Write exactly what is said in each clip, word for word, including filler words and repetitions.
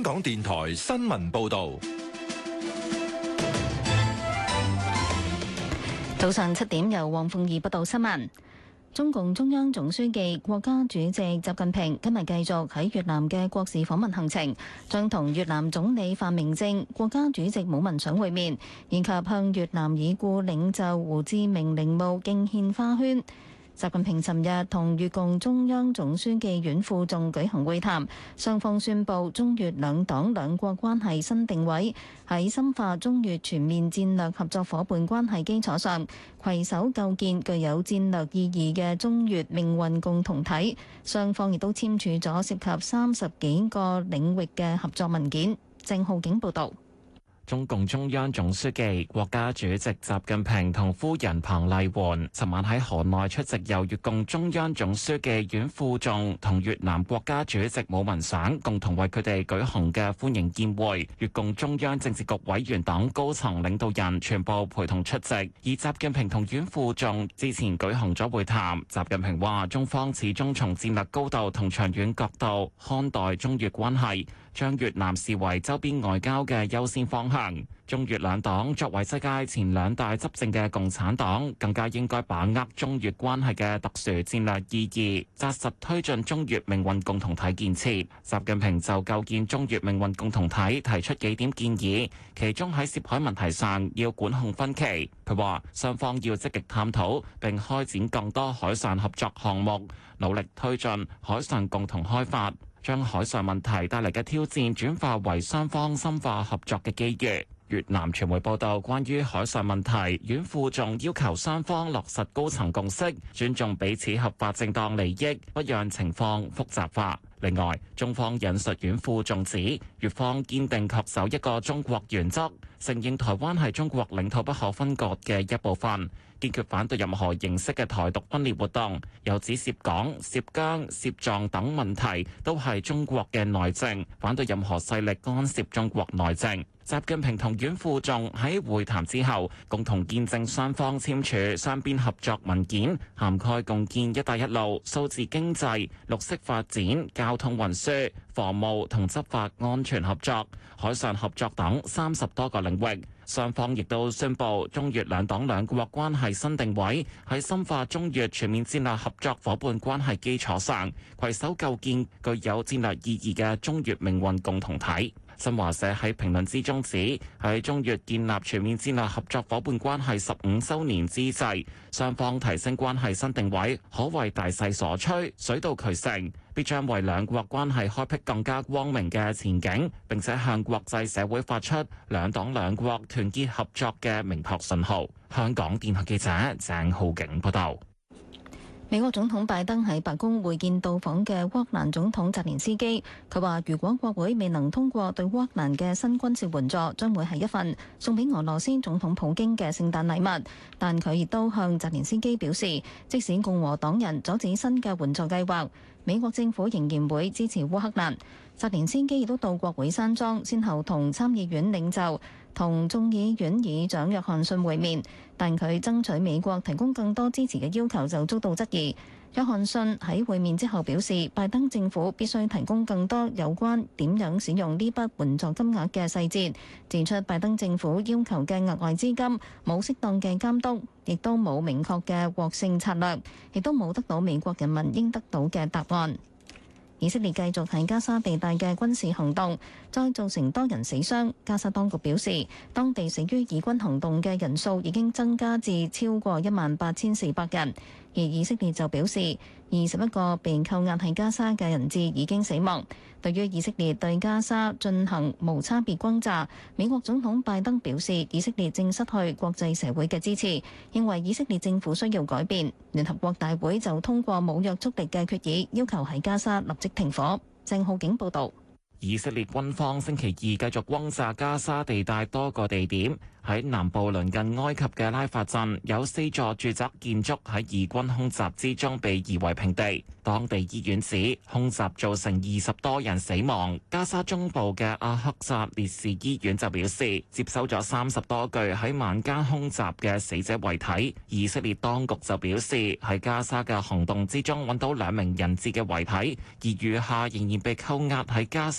港電台新聞報道。 早上七點，由黃鳳儀報道新聞。中共中央總書記、國家主席習近平今日繼續喺越南嘅國事訪問行程，將同越南總理范明政、國家主席武文賞會面，以及向越南已故領袖胡志明陵墓敬獻花圈。習近平尋日同越共中央總書記阮富仲舉行會談，雙方宣布中越兩黨兩國關係新定位，喺深化中越全面戰略合作伙伴關係基礎上，攜手構建具有戰略意義嘅中越命運共同體。雙方亦都簽署咗涉及三十幾個領域嘅合作文件。鄭浩景報導。 中共中央總書記、國家主席習近平同夫人彭麗媛尋晚喺河內出席由越共中央總書記阮富仲同越南國家主席武文賞共同為佢哋舉行嘅歡迎宴會，越共中央政治局委員等高層領導人全部陪同出席。而習近平同阮富仲之前舉行咗會談，習近平話中方始終從戰略高度同長遠角度看待中越關係，將越南視為周邊外交嘅優先方向。中越兩黨作為世界前兩大執政嘅共產黨，更加應該把握中越關係嘅特殊戰略意義，紮實推進中越命運共同體建設。習近平就構建中越命運共同體提出幾點建議，其中喺涉海問題上要管控分歧。佢話雙方要積極探討並開展更多海上合作項目，努力推進海上共同開發，將海上問題帶嚟嘅挑戰轉化為雙方深化合作嘅機遇。越南傳媒報道，關於海上問題，阮富仲要求雙方落實高層共識，尊重彼此合法正當利益，不讓情況複雜化。另外，中方引述阮富仲指，越方堅定恪守一個中國原則，承認台灣係中國領土不可分割嘅一部分，堅決反對任何形式嘅台獨分裂活動。又指涉港、涉疆、涉藏等問題都係中國嘅內政，反對任何勢力干涉中國內政。習近平同阮富仲喺會談之後，共同見證雙方簽署雙邊合作文件，涵蓋共建「一帶一路」、數字經濟、綠色發展、交通運輸、防務同執法安全合作、海上合作等三十多個領域。雙方亦都宣布中越兩黨兩國關係新定位，喺深化中越全面戰略合作伙伴關係基礎上，攜手構建具有戰略意義嘅中越命運共同體。新華社喺評論之中指，喺中越建立全面戰略合作伙伴關係十五週年之際，雙方提升關係新定位，可謂大勢所趨、水到渠成，必將為兩國關係開闢更加光明嘅前景，並且向國際社會發出兩黨兩國團結合作嘅明確信號。香港電台記者鄭浩景報道。 美國總統拜登喺白宮會見到訪嘅烏克蘭總統澤連斯基，佢話如果國會未能通過對烏克蘭嘅新軍事援助，將會係一份送俾俄羅斯總統普京嘅聖誕禮物。但佢亦都向澤連斯基表示，即使共和黨人阻止新嘅援助計劃，美國政府仍然會支持烏克蘭。澤連斯基亦都到國會山莊，先後同參議院領袖同眾議院議長約翰遜會面，但佢爭取美國提供更多支持嘅要求就遭到質疑。約翰遜喺會面之後表示，拜登政府必須提供更多有關點樣使用呢筆援助金額嘅細節，指出拜登政府要求嘅額外資金冇適當嘅監督，亦都冇明確嘅獲勝策略，亦都冇得到美國人民應得到嘅答案。以色列繼續喺加沙地帶嘅軍事行動，再造成多人死傷。加沙當局表示，當地死於以軍行動嘅人數已經增加至超過一萬八千四百人。而以色列就表示，二十一個被扣押喺加沙嘅人質已經死亡。對於以色列對加沙進行無差別轟炸，美國總統拜登表示，以色列正失去國際社會嘅支持，認為以色列政府需要改變。聯合國大會就通過冇約束力嘅決議，要求喺加沙立即停火。鄭浩景報導。 以色列軍方星期二繼續轟炸加沙地帶多個地點。喺南部鄰近埃及嘅拉法鎮，有四座住宅建築喺以軍空襲之中被夷為平地。當地醫院指空襲造成二十多人死亡。加沙中部嘅阿克薩烈士醫院就表示，接收咗三十多具喺晚間空襲嘅死者遺體。以色列當局就表示，喺加沙嘅行動之中揾到兩名人質嘅遺體，而餘下仍然被扣押喺加沙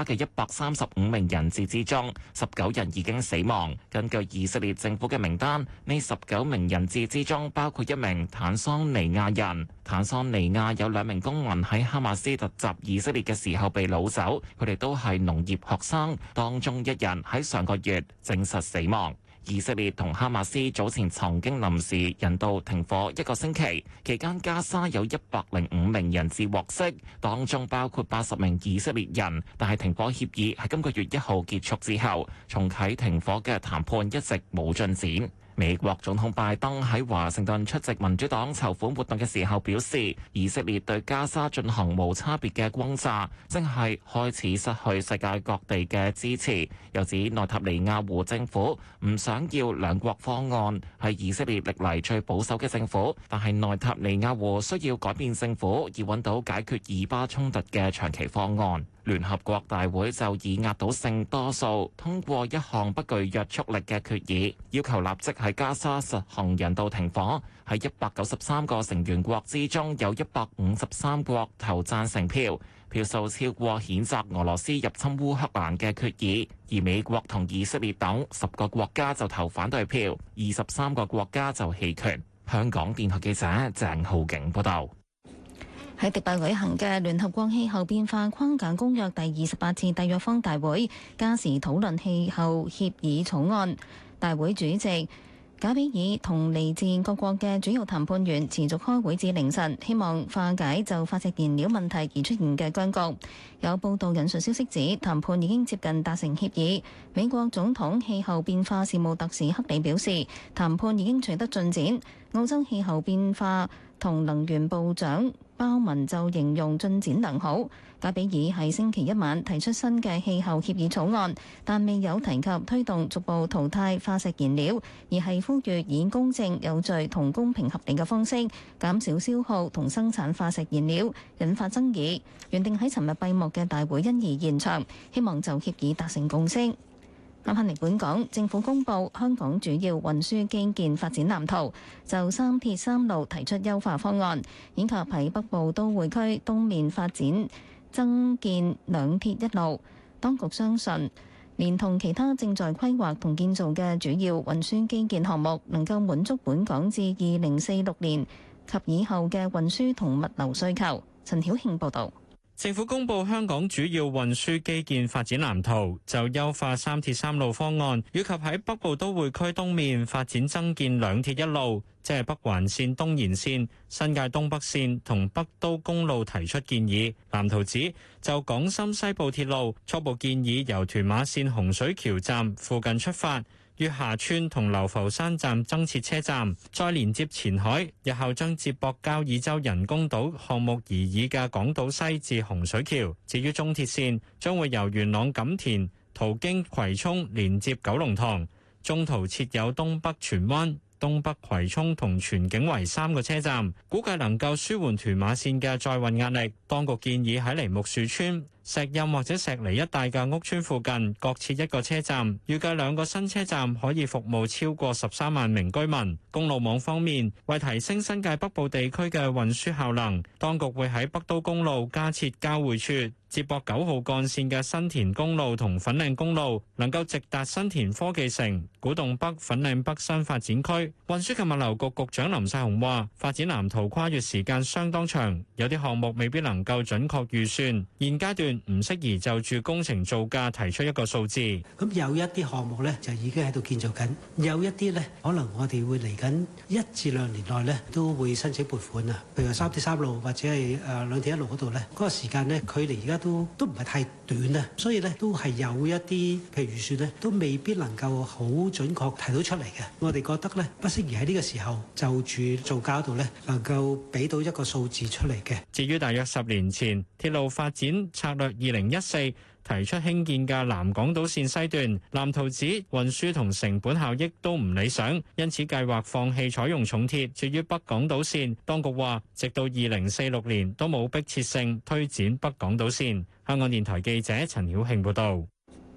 加嘅一百三十五名人質之中，十九人已經死亡。根據以色列政府嘅名單，呢十九名人質之中包括一名坦桑尼亞人。坦桑尼亞有兩名公民喺哈馬斯突襲以色列嘅時候被擄走，佢哋都係農業學生，當中一人喺上個月證實死亡。以色列同哈馬斯早前曾經臨時人道停火一個星期，期間加沙有一百零五名人質獲釋，當中包括八十名以色列人。但係停火協議喺今個月一號結束之後，重啟停火嘅談判一直冇進展。美國總統拜登喺華盛頓出席民主黨籌款活動嘅時候表示，以色列對加沙進行無差別嘅轟炸，正係開始失去世界各地嘅支持。又指內塔尼亞胡政府唔想要兩國方案，係以色列歷嚟最保守嘅政府，但係內塔尼亞胡需要改變政府，以揾到解決以巴衝突嘅長期方案。聯合國大會就以壓倒性多數通過一項不具約束力嘅決議，要求立即喺加沙實行人道停火。喺一百九十三個成員國之中，有一百五十三國投贊成票，票數超過譴責俄羅斯入侵烏克蘭嘅決議。而美國同以色列等十個國家就投反對票，二十三個國家就棄權。香港電台記者鄭浩景報道。 喺迪拜舉行嘅聯合國氣候變化框架公約第二十八次締約方大會，加時討論氣候協議草案。大會主席賈比爾同嚟自各國嘅主要談判員持續開會至凌晨，希望化解就化石燃料問題而出現嘅僵局。有報道引述消息指，談判已經接近達成協議。美國總統氣候變化事務特使克里表示，談判已經取得進展。澳洲氣候變化同能源部長鮑文就形容進展良好。賈比爾喺星期一晚提出新嘅氣候協議草案，但未有提及推動逐步淘汰化石燃料，而係呼籲以公正、有序同公平合理嘅方式減少消耗同生產化石燃料，引發爭議。原定喺尋日閉幕嘅大會因而延長，希望就協議達成共識。啱返嚟本港，政府公布香港主要運輸基建發展藍圖，就三鐵三路提出優化方案，以及喺北部都會區東面發展增建兩鐵一路。當局相信，連同其他正在規劃同建造嘅主要運輸基建項目，能夠滿足本港至二零四六年及以後嘅運輸同物流需求。陳曉慶報導。 政府公布香港主要運輸基建發展藍圖，就優化三鐵三路方案，以及喺北部都會區東面發展增建兩鐵一路，即係北環線東延線、新界東北線同北都公路提出建議。藍圖指就港深西部鐵路初步建議由屯馬線洪水橋站附近出發，月下村同流浮山站增設車站，再連接前海，日後將接駁交椅洲人工島項目而以嘅港島西至洪水橋。至於中鐵線，將會由元朗錦田途經葵涌連接九龍塘，中途設有東北荃灣、東北葵涌同荃景圍三個車站，估計能夠舒緩屯馬線嘅載運壓力。當局建議喺梨木樹村、石蔭或者石梨一帶嘅屋村附近各設一個車站，預計兩個新車站可以服務超過十三萬名居民。公路網方面，為提升新界北部地區嘅運輸效能，當局會喺北都公路加設交匯處，接駁九號幹線嘅新田公路同粉嶺公路能夠直達新田科技城、古洞北、粉嶺北新發展區。運輸及物流局局長林世雄話：發展藍圖跨越時間相當長，有啲項目未必能夠準確預算，現階段唔適宜就住工程造價提出一個數字。 咁有一啲項目咧就已經喺度建造緊，有一啲咧可能我哋會嚟緊一至兩年內咧都會申請撥款啊。譬如三鐵三路或者係誒兩鐵一路嗰度咧，嗰個時間咧距離而家都都唔係太短啊，所以咧都係有一啲譬如預算咧都未必能夠好準確提到出嚟嘅。我哋覺得咧不適宜喺呢個時候就住造價度咧能夠俾到一個數字出嚟嘅。 至於大約十年前鐵路發展策略二零一四提出興建嘅南港島線西段，藍圖指運輸同成本效益都唔理想，因此計劃放棄採用重鐵。至於北港島線，當局話直到二零四六年都冇迫切性推展北港島線。香港電台記者陳曉慶報導。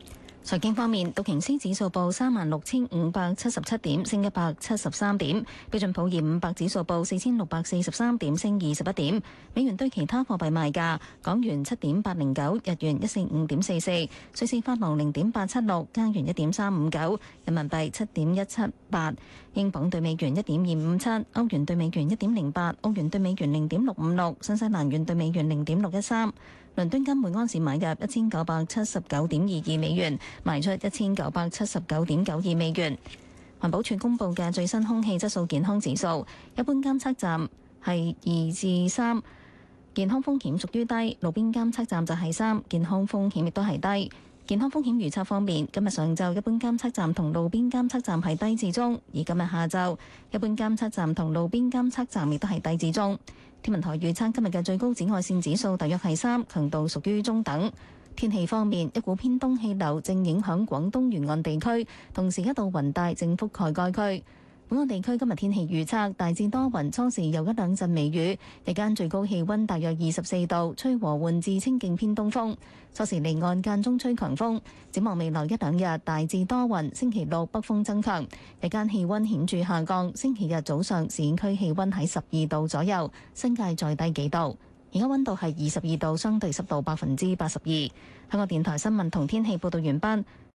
財經方面，道瓊斯指數報三萬六千五百七十七點，升一百七十三點；標準普爾五百指數報四千六百四十三點，升二十一點。美元對其他貨幣賣價：港元七點八零九，日元一四五點四四，瑞士法郎零點八七六，加元一點三五九，人民幣七點一七八，英鎊對美元一點二五七，歐元對美元一點零八，澳元對美元零點六五六，新西蘭元對美元零點六一三。倫敦金每安士買入一千九百七十九點二二美元，賣出一千九百七十九點九二美元。環保署公布嘅最新空氣質素健康指數，一般監測站係二至三，健康風險屬於低；路邊監測站就係三，健康風險亦都係低。健康風險預測方面，今日上晝一般監測站同路邊監測站係低至中，而今日下晝一般監測站同路邊監測站亦都係低至中。天文台預測今日嘅最高紫外線指數大約係三，強度屬於中等。天氣方面，一股偏東氣流正影響廣東沿岸地區，同時一道雲帶正覆蓋該區。本港地區今日天氣預測大致多雲，初時有一兩陣微雨，日間最高氣溫大約二十四度，吹和緩至清勁偏東風。初時離岸間中吹強風。展望未來一兩日大致多雲，星期六北風增強，日間氣溫顯著下降。星期日早上市區氣溫喺十二度左右，新界再低幾度。而家溫度係二十二度，相對濕度百分之八十二。香港電台新聞同天氣報道完畢。